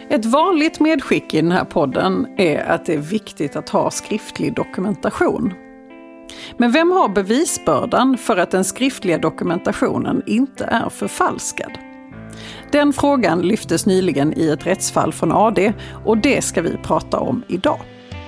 Ett vanligt medskick i den här podden är att det är viktigt att ha skriftlig dokumentation. Men vem har bevisbördan för att den skriftliga dokumentationen inte är förfalskad? Den frågan lyftes nyligen i ett rättsfall från AD och det ska vi prata om idag.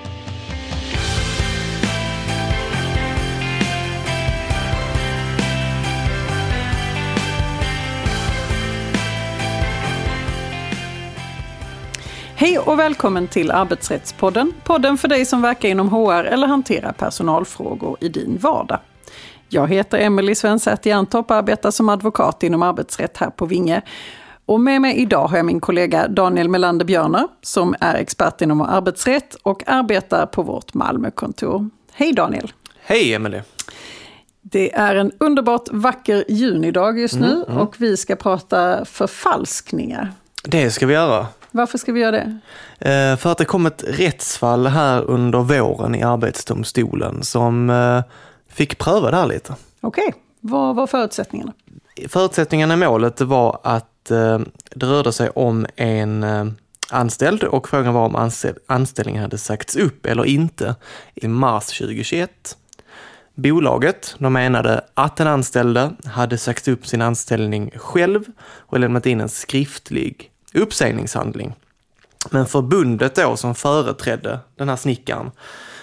Hej och välkommen till Arbetsrättspodden. Podden för dig som verkar inom HR eller hanterar personalfrågor i din vardag. Jag heter Emelie Svensäter-Jerntorp och arbetar som advokat inom arbetsrätt här på Vinge. Och med mig idag har jag min kollega Daniel Melander-Björner som är expert inom arbetsrätt och arbetar på vårt Malmökontor. Hej Daniel! Hej Emelie! Det är en underbart vacker junidag just nu och vi ska prata förfalskningar. Det ska vi göra. Varför ska vi göra det? För att det kom ett rättsfall här under våren i Arbetsdomstolen som fick pröva det här lite. Okej, vad var förutsättningarna? Förutsättningarna i målet var att det rörde sig om en anställd och frågan var om anställningen hade sagts upp eller inte i mars 2021. Bolaget, de menade att den anställde hade sagt upp sin anställning själv och lämnat in en skriftlig uppsägningshandling. Men förbundet då som företrädde den här snickaren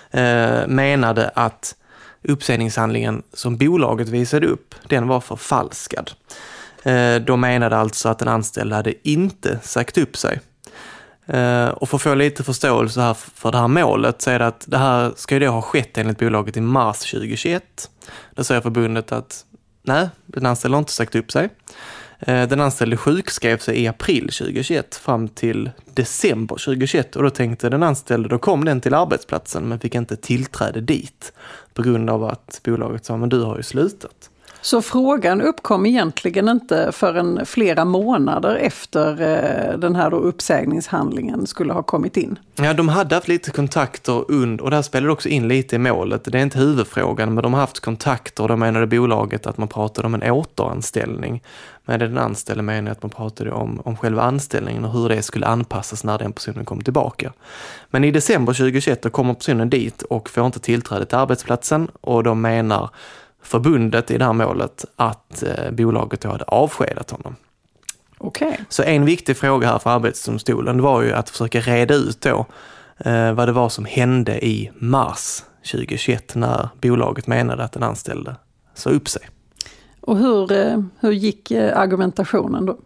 menade att uppsägningshandlingen som bolaget visade upp, den var förfalskad. De menade alltså att den anställde hade inte sagt upp sig. Och för att få lite förståelse här för det här målet så är det att det här ska ju då ha skett enligt bolaget i mars 2021. Då säger förbundet att nej, den anställde har inte sagt upp sig. Den anställde sjukskrev sig i april 2021 fram till december 2021 och då tänkte den anställde, då kom den till arbetsplatsen men fick inte tillträde dit på grund av att bolaget sa, men du har ju slutat. Så frågan uppkom egentligen inte förrän flera månader efter den här då uppsägningshandlingen skulle ha kommit in? Ja, de hade haft lite kontakter och det här spelade också in lite i målet. Det är inte huvudfrågan, men de har haft kontakter och de menade bolaget att man pratade om en återanställning. Men den anställde menade att man pratade om själva anställningen och hur det skulle anpassas när den personen kom tillbaka. Men i december 2021 då kommer personen dit och får inte tillträde till arbetsplatsen och de menar förbundet i det här målet att bolaget då hade avskedat honom. Okay. Så en viktig fråga här för Arbetsdomstolen var ju att försöka reda ut då vad det var som hände i mars 2021 när bolaget menade att den anställde sa upp sig. Och hur gick argumentationen då?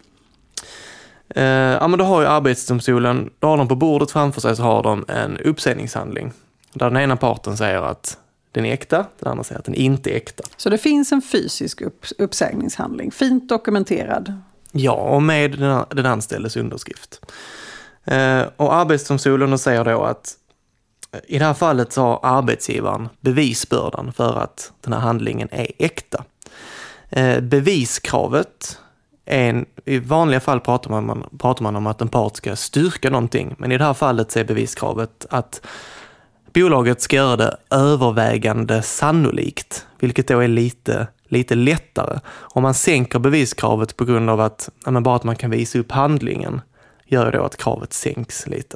Ja, men då har ju Arbetsdomstolen, då har de på bordet framför sig så har de en uppsägningshandling där den ena parten säger att den är äkta, den andra säger att den inte är äkta. Så det finns en fysisk uppsägningshandling, fint dokumenterad? Ja, och med den anställdes underskrift. Och Arbetsdomstolen säger då att i det här fallet så har arbetsgivaren bevisbördan för att den här handlingen är äkta. Beviskravet i vanliga fall pratar man om att en part ska styrka någonting, men i det här fallet så är beviskravet att bolaget ska göra det övervägande sannolikt, vilket då är lite lättare. Om man sänker beviskravet på grund av att bara att man kan visa upp handlingen gör då att kravet sänks lite.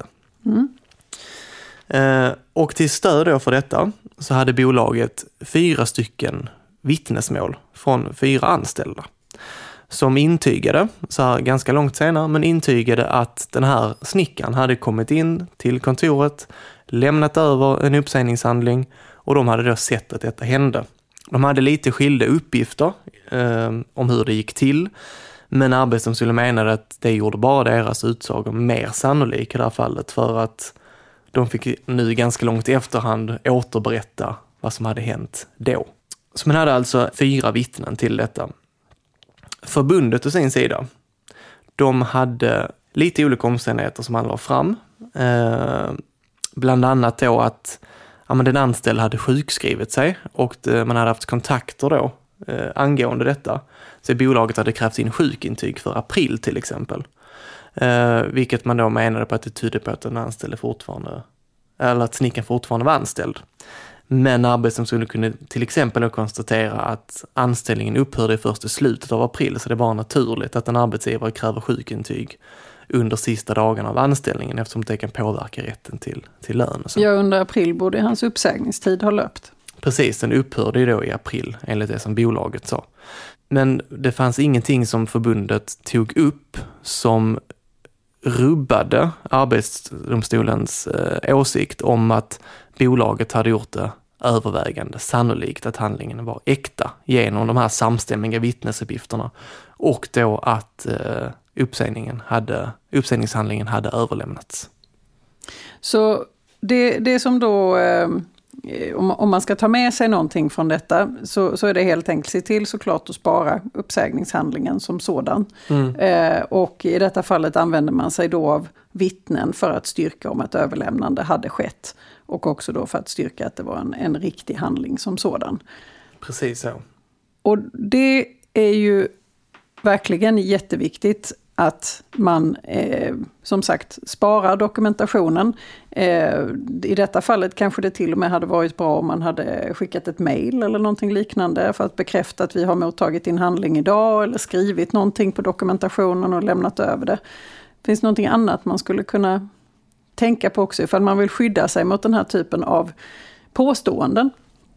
Och till stöd då för detta så hade bolaget 4 stycken vittnesmål från 4 anställda som intygade, så här ganska långt senare, men intygade att den här snickaren hade kommit in till kontoret, lämnat över en uppsägningshandling och de hade då sett att detta hände. De hade lite skilda uppgifter om hur det gick till, men Arbetsdomstolen menade att det gjorde bara deras utsaga mer sannolik i det här fallet för att de fick nu ganska långt i efterhand återberätta vad som hade hänt då. Så man hade alltså 4 vittnen till detta. Förbundet å sin sida, de hade lite olika omständigheter som man la fram. Bland annat då att den anställde hade sjukskrivit sig och man hade haft kontakter då angående detta. Så bolaget hade krävt in sjukintyg för april till exempel. Vilket man då menade på att det tydde på att den anställde fortfarande, eller att snickaren fortfarande var anställd. Men Arbetsdomstolen kunde till exempel konstatera att anställningen upphörde först i slutet av april, så det är bara naturligt att en arbetsgivare kräver sjukintyg under sista dagarna av anställningen eftersom det kan påverka rätten till lön. Och så. Ja, under april borde hans uppsägningstid ha löpt. Precis, den upphörde ju då i april enligt det som bolaget sa. Men det fanns ingenting som förbundet tog upp som rubbade Arbetsdomstolens åsikt om att bolaget hade gjort det övervägande sannolikt att handlingen var äkta genom de här samstämmiga vittnesuppgifterna och då att uppsägningshandlingen hade överlämnats. Så det som då, om man ska ta med sig någonting från detta så är det helt enkelt se till såklart att spara uppsägningshandlingen som sådan. Och i detta fallet använder man sig då av vittnen för att styrka om ett överlämnande hade skett. Och också då för att styrka att det var en riktig handling som sådan. Precis så. Och det är ju verkligen jätteviktigt att man som sagt sparar dokumentationen. I detta fallet kanske det till och med hade varit bra om man hade skickat ett mejl eller någonting liknande för att bekräfta att vi har mottagit din handling idag eller skrivit någonting på dokumentationen och lämnat över det. Finns någonting annat man skulle kunna tänka på också ifall man vill skydda sig mot den här typen av påståenden?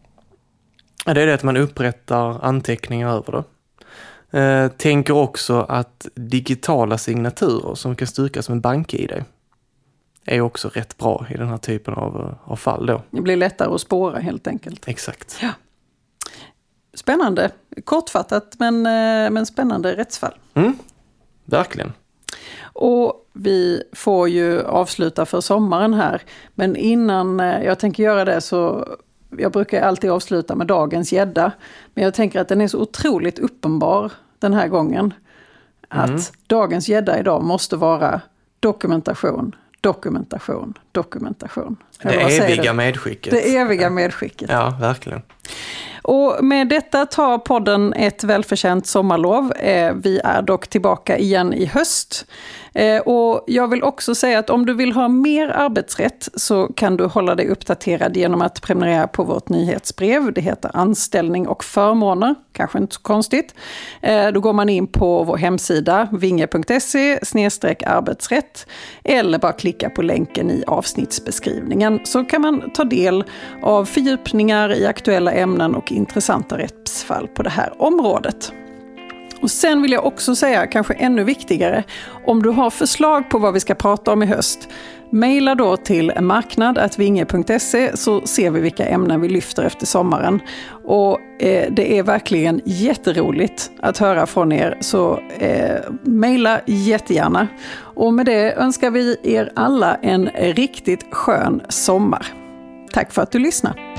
Ja, det är det att man upprättar anteckningar över det. Tänker också att digitala signaturer som kan styrkas med BankID är också rätt bra i den här typen av fall då. Det blir lättare att spåra helt enkelt. Exakt. Ja. Spännande. Kortfattat men spännande rättsfall. Verkligen. Och vi får ju avsluta för sommaren här. Men innan jag tänker göra det så... Jag brukar alltid avsluta med dagens gädda. Men jag tänker att den är så otroligt uppenbar den här gången. Att dagens gädda idag måste vara dokumentation, dokumentation, dokumentation. Det eviga medskicket. Det eviga medskicket. Ja, verkligen. Och med detta tar podden ett välförtjänt sommarlov. Vi är dock tillbaka igen i höst. Och jag vill också säga att om du vill ha mer arbetsrätt så kan du hålla dig uppdaterad genom att prenumerera på vårt nyhetsbrev. Det heter Anställning och förmåner, kanske inte så konstigt. Då går man in på vår hemsida vinge.se/arbetsrätt eller bara klicka på länken i avsnittsbeskrivningen så kan man ta del av fördjupningar i aktuella ämnen och intressanta rättsfall på det här området. Och sen vill jag också säga, kanske ännu viktigare, om du har förslag på vad vi ska prata om i höst, mejla då till marknad@vinge.se så ser vi vilka ämnen vi lyfter efter sommaren. Och det är verkligen jätteroligt att höra från er, så mejla jättegärna. Och med det önskar vi er alla en riktigt skön sommar. Tack för att du lyssnar.